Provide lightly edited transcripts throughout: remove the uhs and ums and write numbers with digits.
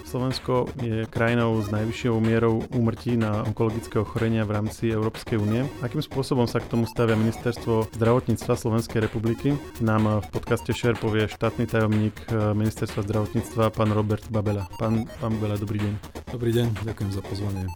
Slovensko je krajinou s najvyššou mierou úmrtí na onkologické ochorenia v rámci Európskej únie. Akým spôsobom sa k tomu stavia Ministerstvo zdravotníctva Slovenskej republiky? Nám v podcaste Share povie štátny tajomník Ministerstva zdravotníctva pán Robert Babela. Pán Babela, dobrý deň. Dobrý deň, ďakujem za pozvanie.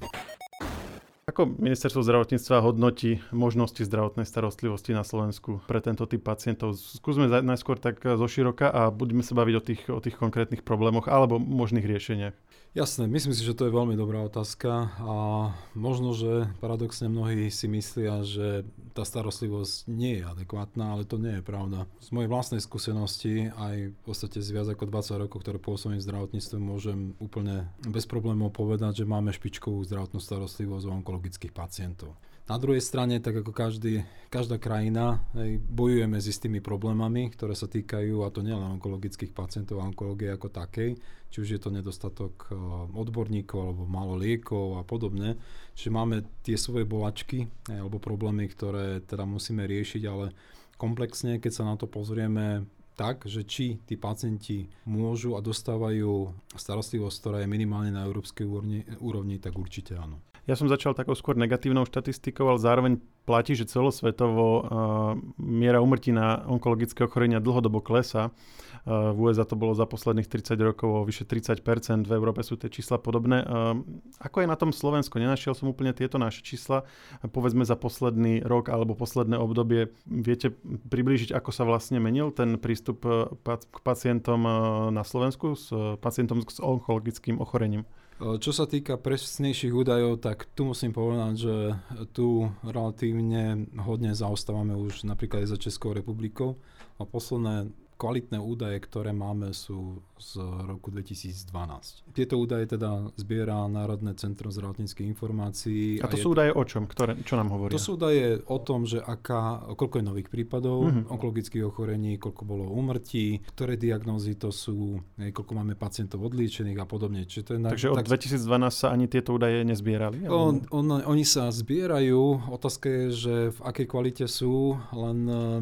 Ako Ministerstvo zdravotníctva hodnotí možnosti zdravotnej starostlivosti na Slovensku pre tento typ pacientov? Skúsme najskôr tak zoširoka a budeme sa baviť o tých konkrétnych problémoch alebo možných riešeniach. Jasné, myslím si, že to je veľmi dobrá otázka a možno, že paradoxne mnohí si myslia, že tá starostlivosť nie je adekvátna, ale to nie je pravda. Z mojej vlastnej skúsenosti aj v podstate z viac ako 20 rokov, ktoré pôsobím v zdravotníctve, môžem úplne bez problémov povedať, že máme špičkovú zdravotnú starostlivosť u onkologických pacientov. Na druhej strane, tak ako každá krajina, bojujeme s istými problémami, ktoré sa týkajú, a to nielen onkologických pacientov a onkológie ako takej, či už je to nedostatok odborníkov alebo málo liekov a podobne. Čiže máme tie svoje bolačky alebo problémy, ktoré teda musíme riešiť, ale komplexne, keď sa na to pozrieme tak, že či tí pacienti môžu a dostávajú starostlivosť, ktorá je minimálne na európskej úrovni, tak určite áno. Ja som začal takou skôr negatívnou štatistikou, ale zároveň platí, že celosvetovo miera úmrtí na onkologické ochorenia dlhodobo klesá. V USA to bolo za posledných 30 rokov o vyše 30%, v Európe sú tie čísla podobné. Ako je na tom Slovensko? Nenašiel som úplne tieto naše čísla. Povedzme za posledný rok alebo posledné obdobie. Viete priblížiť, ako sa vlastne menil ten prístup k pacientom na Slovensku, s pacientom s onkologickým ochorením? Čo sa týka presnejších údajov, tak tu musím povedať, že tu relatívne hodne zaostávame už napríklad aj za Českou republikou a posledné kvalitné údaje, ktoré máme, sú z roku 2012. Tieto údaje teda zbiera Národné centrum zdravotníckych informácií. A to sú údaje o čom? Čo nám hovoria? To sú údaje o tom, že koľko je nových prípadov onkologických ochorení, koľko bolo úmrtí, ktoré diagnózy to sú, koľko máme pacientov odliečených a podobne. Takže od 2012 sa ani tieto údaje nezbierali? Oni sa zbierajú. Otázka je, že v akej kvalite sú, len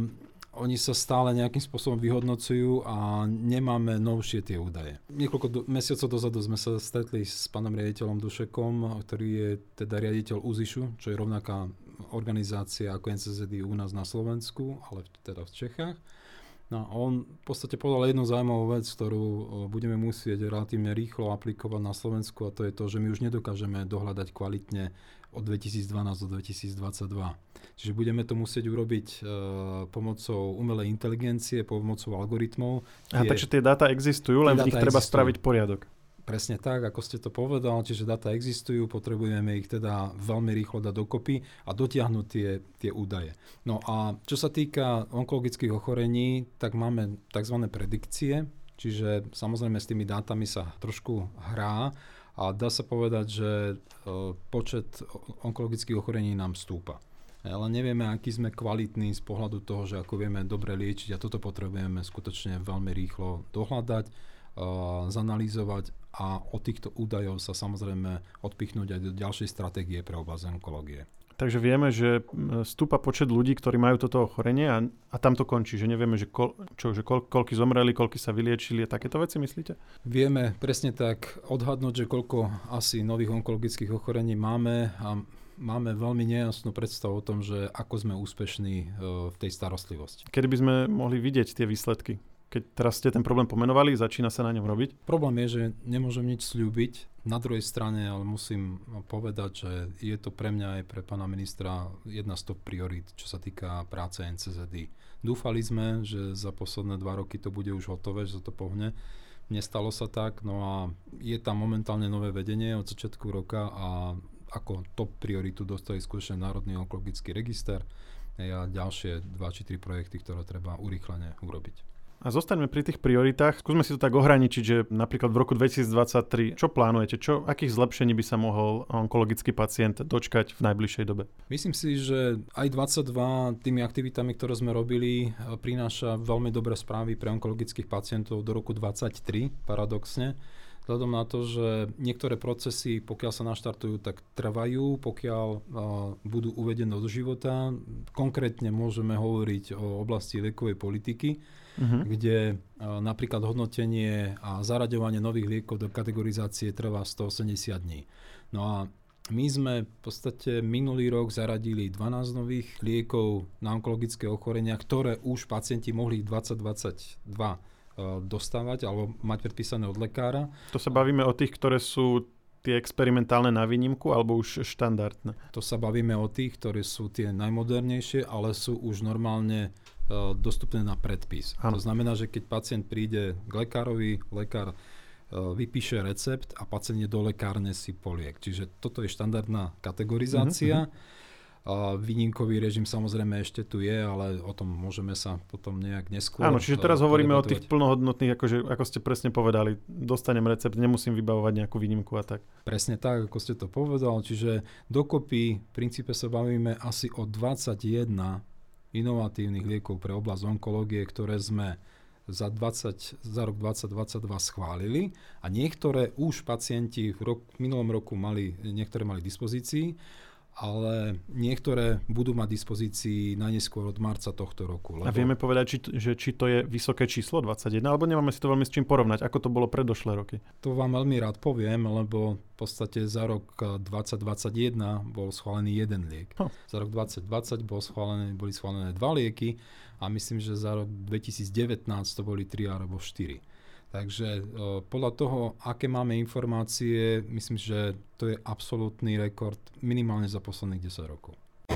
oni sa stále nejakým spôsobom vyhodnocujú a nemáme novšie tie údaje. Niekoľko mesiacov dozadu sme sa stretli s pánom riaditeľom Dušekom, ktorý je teda riaditeľ UZIŠu, čo je rovnaká organizácia ako NCZD u nás na Slovensku, ale teda v Čechách. No, on v podstate povedal jednu zaujímavú vec, ktorú budeme musieť relatívne rýchlo aplikovať na Slovensku, a to je to, že my už nedokážeme dohľadať kvalitne od 2012 do 2022. Čiže budeme to musieť urobiť pomocou umelej inteligencie, pomocou algoritmov. Takže tie dáta existujú, len v nich treba spraviť poriadok. Presne tak, ako ste to povedal, čiže dáta existujú, potrebujeme ich teda veľmi rýchlo dať dokopy a dotiahnuť tie údaje. No a čo sa týka onkologických ochorení, tak máme tzv. Predikcie, čiže samozrejme s tými dátami sa trošku hrá a dá sa povedať, že počet onkologických ochorení nám stúpa. Ale nevieme, aký sme kvalitní z pohľadu toho, že ako vieme dobre liečiť, a toto potrebujeme skutočne veľmi rýchlo dohľadať, zanalýzovať a od týchto údajov sa samozrejme odpichnúť aj do ďalšej stratégie pre oblasť onkológie. Takže vieme, že stúpa počet ľudí, ktorí majú toto ochorenie a tam to končí, že nevieme, že koľky zomreli, koľky sa vyliečili a takéto veci, myslíte? Vieme presne tak odhadnúť, že koľko asi nových onkologických ochorení máme a máme veľmi nejasnú predstavu o tom, že ako sme úspešní v tej starostlivosti. Kedy by sme mohli vidieť tie výsledky? Keď teraz ste ten problém pomenovali, začína sa na ňom robiť? Problém je, že nemôžem nič sľúbiť. Na druhej strane, ale musím povedať, že je to pre mňa aj pre pána ministra jedna z top priorít, čo sa týka práce NCZD. Dúfali sme, že za posledné 2 roky to bude už hotové, že sa to pohne. Nestalo sa tak, no a je tam momentálne nové vedenie od začiatku roka a ako top prioritu dostali skutočne Národný onkologický register a ďalšie 2 či 3 projekty, ktoré treba urýchlene urobiť. A zostaňme pri tých prioritách. Skúsme si to tak ohraničiť, že napríklad v roku 2023, čo plánujete? Akých zlepšení by sa mohol onkologický pacient dočkať v najbližšej dobe? Myslím si, že aj 22 tými aktivitami, ktoré sme robili, prináša veľmi dobré správy pre onkologických pacientov do roku 2023, paradoxne. Vzhľadom na to, že niektoré procesy, pokiaľ sa naštartujú, tak trvajú, pokiaľ budú uvedené do života. Konkrétne môžeme hovoriť o oblasti liekovej politiky, kde napríklad hodnotenie a zaraďovanie nových liekov do kategorizácie trvá 180 dní. No a my sme v podstate minulý rok zaradili 12 nových liekov na onkologické ochorenia, ktoré už pacienti mohli 2022 dostávať alebo mať predpísané od lekára. To sa bavíme o tých, ktoré sú tie experimentálne na výnimku alebo už štandardné? To sa bavíme o tých, ktoré sú tie najmodernejšie, ale sú už normálne dostupné na predpis. Ano. To znamená, že keď pacient príde k lekárovi, lekár vypíše recept a pacient je do lekárne si poliek. Čiže toto je štandardná kategorizácia. Výnimkový režim samozrejme ešte tu je, ale o tom môžeme sa potom nejak neskôr... Áno, čiže teraz hovoríme o tých plnohodnotných, ako ste presne povedali, dostanem recept, nemusím vybavovať nejakú výnimku a tak. Presne tak, ako ste to povedal, čiže dokopy v princípe sa bavíme asi o 21 inovatívnych liekov pre oblasť onkológie, ktoré sme za rok 2022 schválili a niektoré už pacienti v minulom roku niektoré mali dispozícii, ale niektoré budú mať dispozícii najneskôr od marca tohto roku. A vieme povedať, či to je vysoké číslo 21, alebo nemáme si to veľmi s čím porovnať, ako to bolo predošlé roky? To vám veľmi rád poviem, lebo v podstate za rok 2021 bol schválený jeden liek. Za rok 2020 boli schválené 2 lieky a myslím, že za rok 2019 to boli 3 alebo 4. Takže podľa toho, aké máme informácie, myslím, že to je absolútny rekord minimálne za posledných 10 rokov.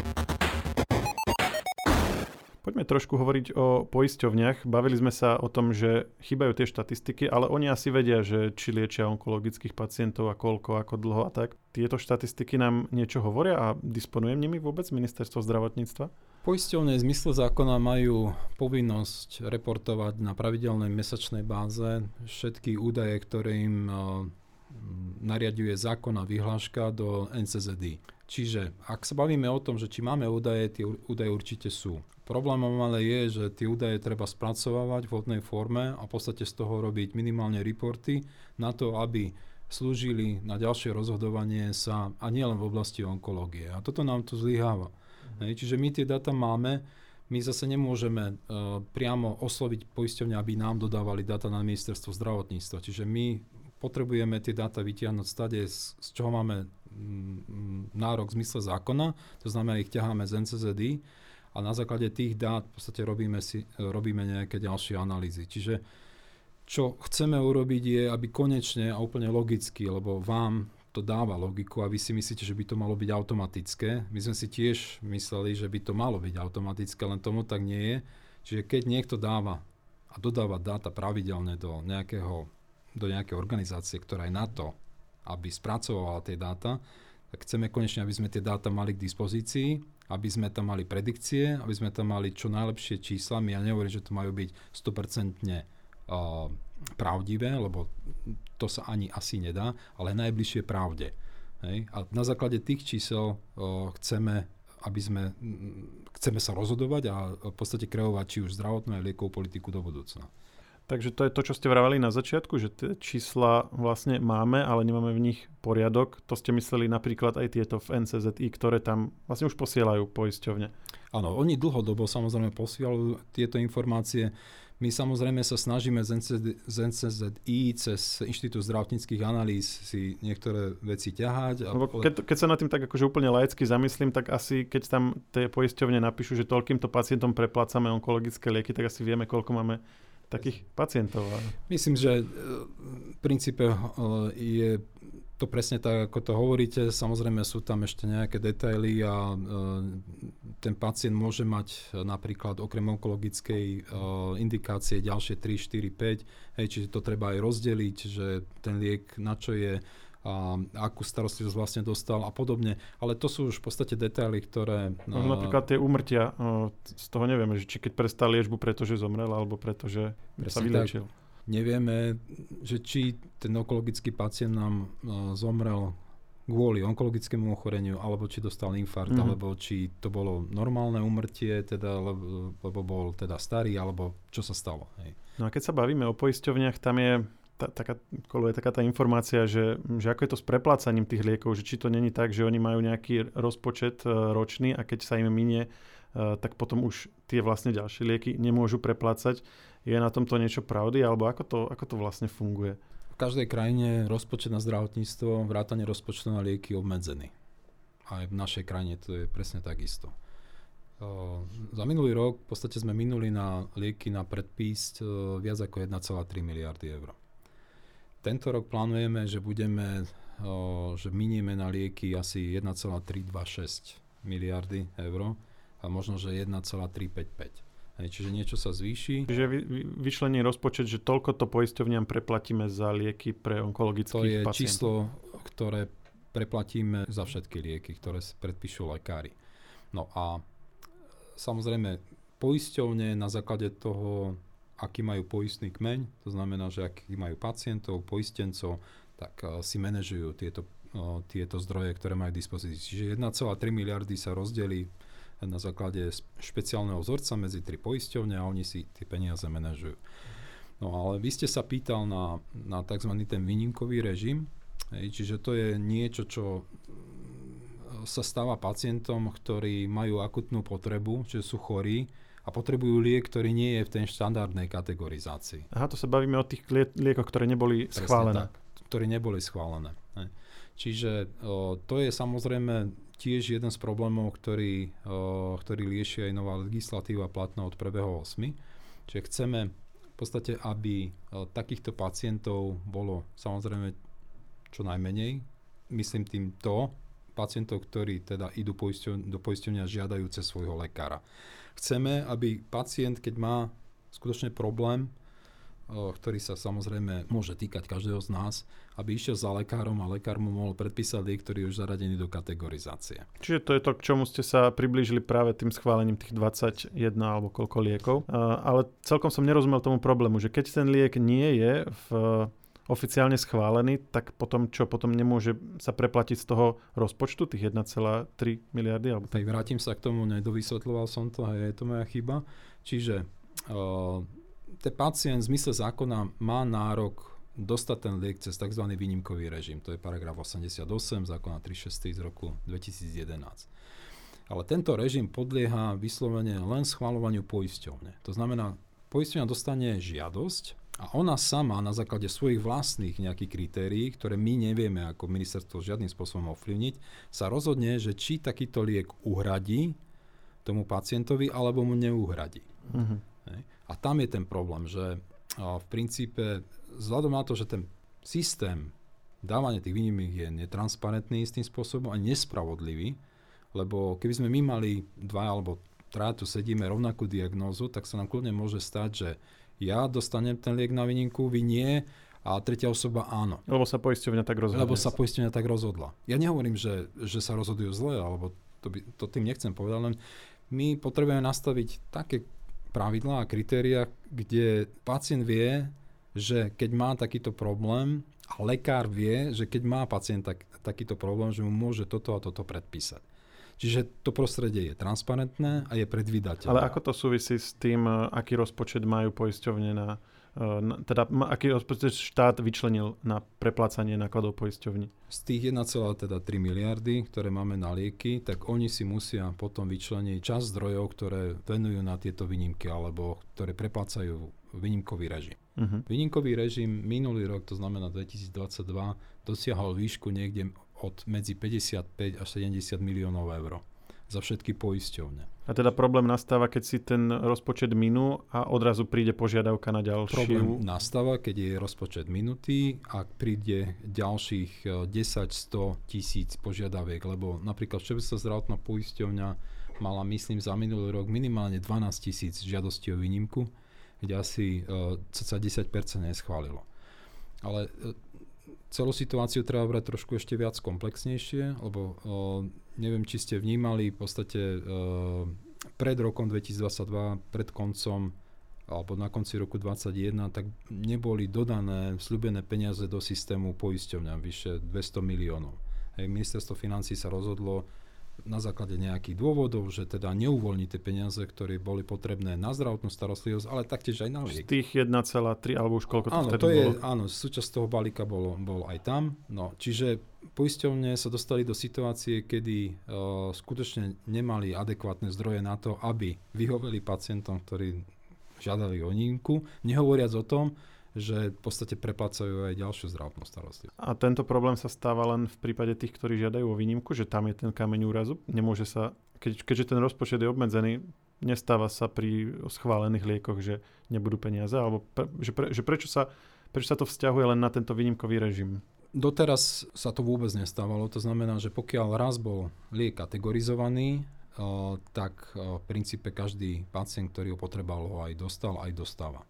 Poďme trošku hovoriť o poisťovniach. Bavili sme sa o tom, že chýbajú tie štatistiky, ale oni asi vedia, že či liečia onkologických pacientov a koľko, ako dlho a tak. Tieto štatistiky nám niečo hovoria a disponujem nimi vôbec Ministerstvo zdravotníctva? Poisťovne v zmysle zákona majú povinnosť reportovať na pravidelnej mesačnej báze všetky údaje, ktoré im nariaďuje zákon a vyhláška do NCZI. Čiže ak sa bavíme o tom, že či máme údaje, tie údaje určite sú. Problémom ale je, že tie údaje treba spracovávať v vhodnej forme a v podstate z toho robiť minimálne reporty na to, aby slúžili na ďalšie rozhodovanie sa a nielen v oblasti onkológie. A toto nám tu zlyháva. Čiže my tie dáta máme, my zase nemôžeme priamo osloviť poisťovne, aby nám dodávali dáta na ministerstvo zdravotníctva. Čiže my potrebujeme tie dáta vytiahnuť stade, z čoho máme nárok v zmysle zákona, to znamená, ich ťaháme z NCZI a na základe tých dát v podstate robíme nejaké ďalšie analýzy. Čiže čo chceme urobiť je, aby konečne a úplne logicky, lebo vám to dáva logiku a vy si myslíte, že by to malo byť automatické. My sme si tiež mysleli, že by to malo byť automatické, len tomu tak nie je. Čiže keď niekto dáva a dodáva dáta pravidelne do nejakej organizácie, ktorá je na to, aby spracovala tie dáta, tak chceme konečne, aby sme tie dáta mali k dispozícii, aby sme tam mali predikcie, aby sme tam mali čo najlepšie čísla. Ja nehovorím, že to majú byť 100% pravdivé, lebo to sa ani asi nedá, ale najbližšie pravde. Hej? A na základe tých čísel chceme sa rozhodovať a v podstate kreovať či už zdravotnú aj liekovú politiku do budúcna. Takže to je to, čo ste vraveli na začiatku, že tie čísla vlastne máme, ale nemáme v nich poriadok. To ste mysleli napríklad aj tieto v NCZI, ktoré tam vlastne už posielajú poisťovne. Áno, oni dlhodobo samozrejme posielajú tieto informácie. My samozrejme sa snažíme z NCZI cez Inštitút zdravotníckych analýz si niektoré veci ťahať. Keď sa nad tým tak akože úplne laicky zamyslím, tak asi keď tam tie poisťovne napíšu, že toľkýmto pacientom preplácame onkologické lieky, tak asi vieme, koľko máme takých pacientov. Myslím, že v princípe je to presne tak, ako to hovoríte. Samozrejme sú tam ešte nejaké detaily a ten pacient môže mať napríklad okrem onkologickej indikácie ďalšie 3, 4, 5. Čiže to treba aj rozdeliť, že ten liek na čo je a akú starostlivosť vlastne dostal a podobne. Ale to sú už v podstate detaily, ktoré... Napríklad tie úmrtia, z toho nevieme, že či keď prestal liečbu, pretože zomrel, alebo pretože sa vyliečil. Nevieme, že či ten onkologický pacient nám zomrel kvôli onkologickému ochoreniu, alebo či dostal infarkt, alebo či to bolo normálne úmrtie, teda, lebo bol teda starý, alebo čo sa stalo. Hej. No a keď sa bavíme o poisťovniach, tam je koluje taká tá informácia, že ako je to s preplácaním tých liekov, že či to není tak, že oni majú nejaký rozpočet ročný a keď sa im minie, tak potom už tie vlastne ďalšie lieky nemôžu preplácať. Je na tomto niečo pravdy, alebo ako to vlastne funguje? V každej krajine rozpočet na zdravotníctvo, vrátane rozpočtu na lieky je obmedzený. Aj v našej krajine to je presne takisto. Za minulý rok v podstate sme minuli na lieky na predpis viac ako 1,3 miliardy eur. Tento rok plánujeme, že minieme na lieky asi 1,326 miliardy eur a možno, že 1,355. Čiže niečo sa zvýši. Čiže vyčlení rozpočet, že toľko to poisťovniam preplatíme za lieky pre onkologických pacientov. To je číslo, ktoré preplatíme za všetky lieky, ktoré predpíšu lekári. No a samozrejme poisťovne na základe toho, aký majú poistný kmeň, to znamená, že aký majú pacientov, poistencov, tak si manažujú tieto zdroje, ktoré majú v dispozícii. Čiže 1,3 miliardy sa rozdelí na základe špeciálneho vzorca medzi 3 poisťovne a oni si tie peniaze manažujú. No ale vy ste sa pýtal na tzv. Ten výnimkový režim, čiže to je niečo, čo sa stáva pacientom, ktorí majú akutnú potrebu, že sú chorí a potrebujú liek, ktorý nie je v tej štandardnej kategorizácii. Aha, to sa bavíme o tých liekoch, ktoré neboli schválené. Ktorí neboli schválené. Čiže to je samozrejme tiež jeden z problémov, ktorý riešia aj nová legislatíva platná od 1.8. Čiže chceme v podstate, aby takýchto pacientov bolo samozrejme čo najmenej. Myslím týmto pacientov, ktorí teda idú do poisťovňa žiadajúce svojho lekára. Chceme, aby pacient, keď má skutočne problém, ktorý sa samozrejme môže týkať každého z nás, aby išiel za lekárom a lekár mu mohol predpísať liek, ktorý je už zaradený do kategorizácie. Čiže to je to, k čomu ste sa priblížili práve tým schválením tých 21 alebo koľko liekov. Ale celkom som nerozumel tomu problému, že keď ten liek nie je oficiálne schválený, tak potom čo? Potom nemôže sa preplatiť z toho rozpočtu, tých 1,3 miliardy? Alebo tak vrátim sa k tomu, nedovysvetľoval som to, je to moja chyba. Čiže ten pacient v zmysle zákona má nárok dostať ten liek cez tzv. Výnimkový režim. To je paragraf 88 zákona 363 z roku 2011. Ale tento režim podlieha vyslovene len schvaľovaniu poisťovne. To znamená, poisťovňa dostane žiadosť a ona sama na základe svojich vlastných nejakých kritérií, ktoré my nevieme ako ministerstvo žiadnym spôsobom ovplyvniť, sa rozhodne, že či takýto liek uhradí tomu pacientovi alebo mu neuhradí. Uh-huh. A tam je ten problém, že v princípe vzhľadom na to, že ten systém dávania tých výnimiek je netransparentný istým spôsobom a nespravodlivý, lebo keby sme my mali 2 alebo 3 tu sedíme rovnakú diagnózu, tak sa nám kľudne môže stať, že ja dostanem ten liek na výnimku, vy nie a tretia osoba áno. Lebo sa poisťovňa tak rozhodla. Ja nehovorím, že sa rozhodujú zle, alebo to tým nechcem povedať, len my potrebujeme nastaviť také pravidlá a kritériá, kde pacient vie, že keď má takýto problém a lekár vie, že keď má pacient takýto problém, že mu môže toto a toto predpísať. Čiže to prostredie je transparentné a je predvídateľné. Ale ako to súvisí s tým, aký rozpočet majú poisťovne teda aký rozpočet štát vyčlenil na preplácanie nákladov poisťovní? Z tých 1,3 miliardy, ktoré máme na lieky, tak oni si musia potom vyčleniť časť zdrojov, ktoré venujú na tieto výnimky alebo ktoré preplácajú výnimkový režim. Uh-huh. Výnimkový režim minulý rok, to znamená 2022, dosiahol výšku niekde od medzi 55 až 70 miliónov eur za všetky poisťovne. A teda problém nastáva, keď si ten rozpočet minú a odrazu príde požiadavka na ďalšiu? Problém nastáva, keď je rozpočet minutý a príde ďalších 10-100 tisíc požiadaviek, lebo napríklad Všeobecná zdravotná poisťovňa mala, myslím, za minulý rok minimálne 12 tisíc žiadostí o výnimku, kde asi cca 10% neschválilo. Ale celú situáciu treba brať trošku ešte viac komplexnejšie, lebo neviem, či ste vnímali v podstate pred rokom 2022, pred koncom alebo na konci roku 2021, tak neboli dodané sľúbené peniaze do systému poisťovňa, vyše 200 miliónov. Ministerstvo financií sa rozhodlo na základe nejakých dôvodov, že teda neuvoľní tie peniaze, ktoré boli potrebné na zdravotnú starostlivosť, ale taktiež aj na liek. Z tých 1,3 alebo už koľko to áno, vtedy to je, bolo? áno, súčasť toho balíka bol aj tam. No, čiže poisťovne sa dostali do situácie, kedy skutočne nemali adekvátne zdroje na to, aby vyhoveli pacientom, ktorí žiadali o výnimku, nehovoriac o tom, že v podstate preplácajú aj ďalšiu zdravotnú starostlivosť. A tento problém sa stáva len v prípade tých, ktorí žiadajú o výnimku, že tam je ten kameň úrazu? Nemôže sa, keďže ten rozpočet je obmedzený, nestáva sa pri schválených liekoch, že nebudú peniaze? Alebo prečo sa to vzťahuje len na tento výnimkový režim? Doteraz sa to vôbec nestávalo. To znamená, že pokiaľ raz bol liek kategorizovaný, tak v princípe každý pacient, ktorý ho potreboval, ho aj dostal, aj dostáva.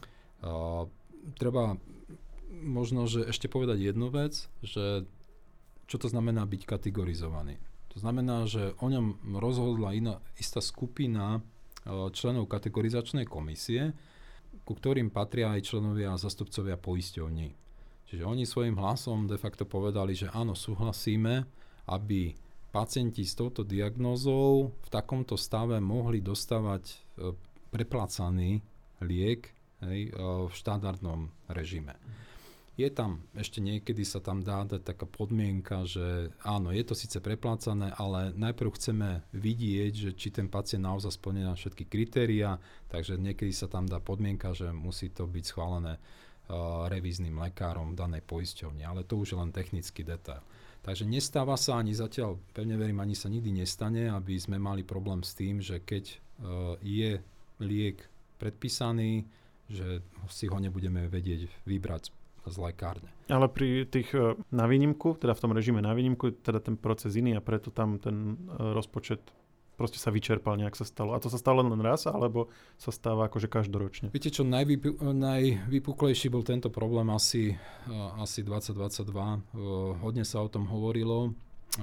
Treba možno, že ešte povedať jednu vec, že čo to znamená byť kategorizovaný. To znamená, že o ňom rozhodla istá skupina členov kategorizačnej komisie, ku ktorým patria aj členovia a zastupcovia poisťovní. Čiže oni svojím hlasom de facto povedali, že áno, súhlasíme, aby pacienti s touto diagnózou v takomto stave mohli dostávať preplácaný liek v štandardnom režime. Je tam, ešte niekedy sa tam dá dať taká podmienka, že áno, je to síce preplácané, ale najprv chceme vidieť, že či ten pacient naozaj splňa všetky kritériá, takže niekedy sa tam dá podmienka, že musí to byť schválené revíznym lekárom danej poisťovne, ale to už je len technický detail. Takže nestáva sa ani zatiaľ, pevne verím, ani sa nikdy nestane, aby sme mali problém s tým, že keď je liek predpísaný, že si ho nebudeme vedieť vybrať z lekárne. Ale pri tých na výnimku, teda v tom režime na výnimku, teda ten proces iný a preto tam ten rozpočet proste sa vyčerpal, nejak sa stalo. A to sa stalo len raz, alebo sa stáva akože každoročne? Viete čo, najvypuklejší bol tento problém asi 2022. Hodne sa o tom hovorilo.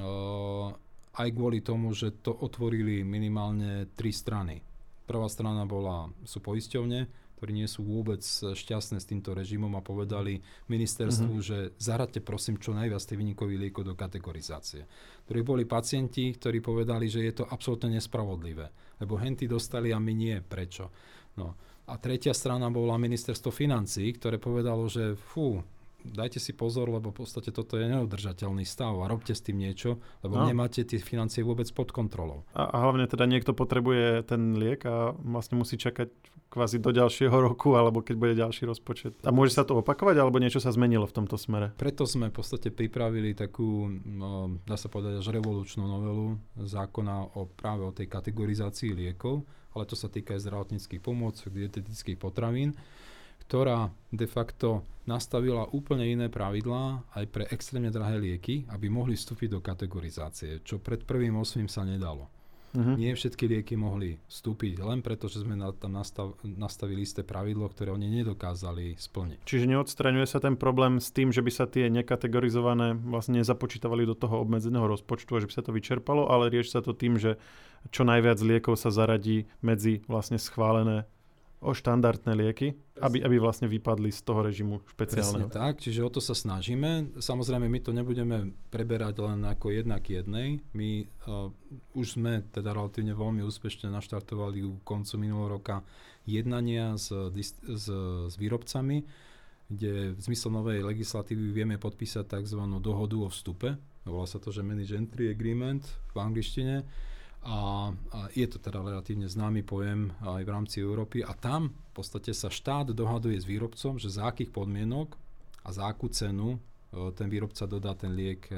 Aj kvôli tomu, že to otvorili minimálne 3 strany. Prvá strana sú poisťovne, ktorí nie sú vôbec šťastné s týmto režimom a povedali ministerstvu, že zaraďte prosím čo najviac tých výnimkových liekov do kategorizácie. Ktorí boli pacienti, ktorí povedali, že je to absolútne nespravodlivé, lebo henty dostali a my nie. Prečo? No. A tretia strana bola ministerstvo financií, ktoré povedalo, že dajte si pozor, lebo v podstate toto je neudržateľný stav a robte s tým niečo, lebo nemáte tie financie vôbec pod kontrolou. A hlavne teda niekto potrebuje ten liek a vlastne musí čakať kvázi do ďalšieho roku, alebo keď bude ďalší rozpočet. A môže sa to opakovať, alebo niečo sa zmenilo v tomto smere? Preto sme v podstate pripravili takú, dá sa povedať, až revolučnú novelu zákona práve o tej kategorizácii liekov, ale to sa týka aj zdravotníckych pomôcok, dietetických potravín, ktorá de facto nastavila úplne iné pravidlá aj pre extrémne drahé lieky, aby mohli vstúpiť do kategorizácie, čo pred 1.8. sa nedalo. Nie všetky lieky mohli vstúpiť len preto, že sme tam nastavili isté pravidlo, ktoré oni nedokázali splniť. Čiže neodstraňuje sa ten problém s tým, že by sa tie nekategorizované vlastne nezapočítavali do toho obmedzeného rozpočtu a že by sa to vyčerpalo, ale rieši sa to tým, že čo najviac liekov sa zaradí medzi vlastne schválené štandardné lieky, aby vlastne vypadli z toho režimu špeciálneho. Presne tak, čiže o to sa snažíme. Samozrejme, my to nebudeme preberať len ako jedna k jednej. My už sme teda relatívne veľmi úspešne naštartovali u koncu minulého roka jednania s výrobcami, kde v zmysle novej legislatívy vieme podpísať tzv. Dohodu o vstupe. Volá sa to, že Managed Entry Agreement v angličtine. A je to teda relatívne známy pojem aj v rámci Európy a tam v podstate sa štát dohaduje s výrobcom, že za akých podmienok a za akú cenu ten výrobca dodá ten liek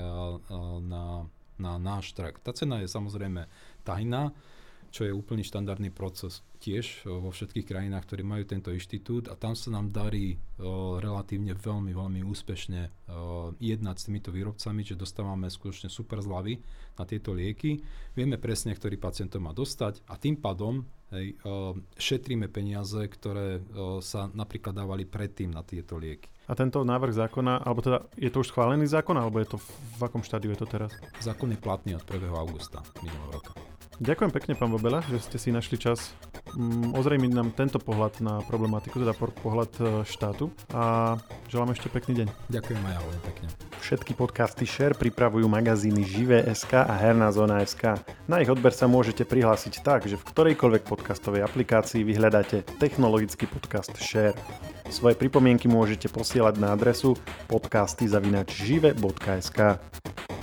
na náš trh. Tá cena je samozrejme tajná, čo je úplný štandardný proces tiež vo všetkých krajinách, ktorí majú tento inštitút a tam sa nám darí relatívne veľmi, veľmi úspešne jednať s týmito výrobcami, že dostávame skutočne super zľavy na tieto lieky. Vieme presne, ktorý pacient to má dostať a tým pádom šetríme peniaze, ktoré sa napríklad dávali predtým na tieto lieky. A tento návrh zákona, alebo teda je to už schválený zákon, alebo je to v akom štádiu je to teraz? Zákon je platný od 1. augusta minulého roka. Ďakujem pekne, pán Bobela, že ste si našli čas ozrejmiť nám tento pohľad na problematiku, teda pohľad štátu a želám ešte pekný deň. Ďakujem aj ja veľmi pekne. Všetky podcasty Share pripravujú magazíny Živé.sk a Herná zóna.sk. Na ich odber sa môžete prihlásiť tak, že v ktorejkoľvek podcastovej aplikácii vyhľadáte technologický podcast Share. Svoje pripomienky môžete posielať na adresu podcasty@žive.sk.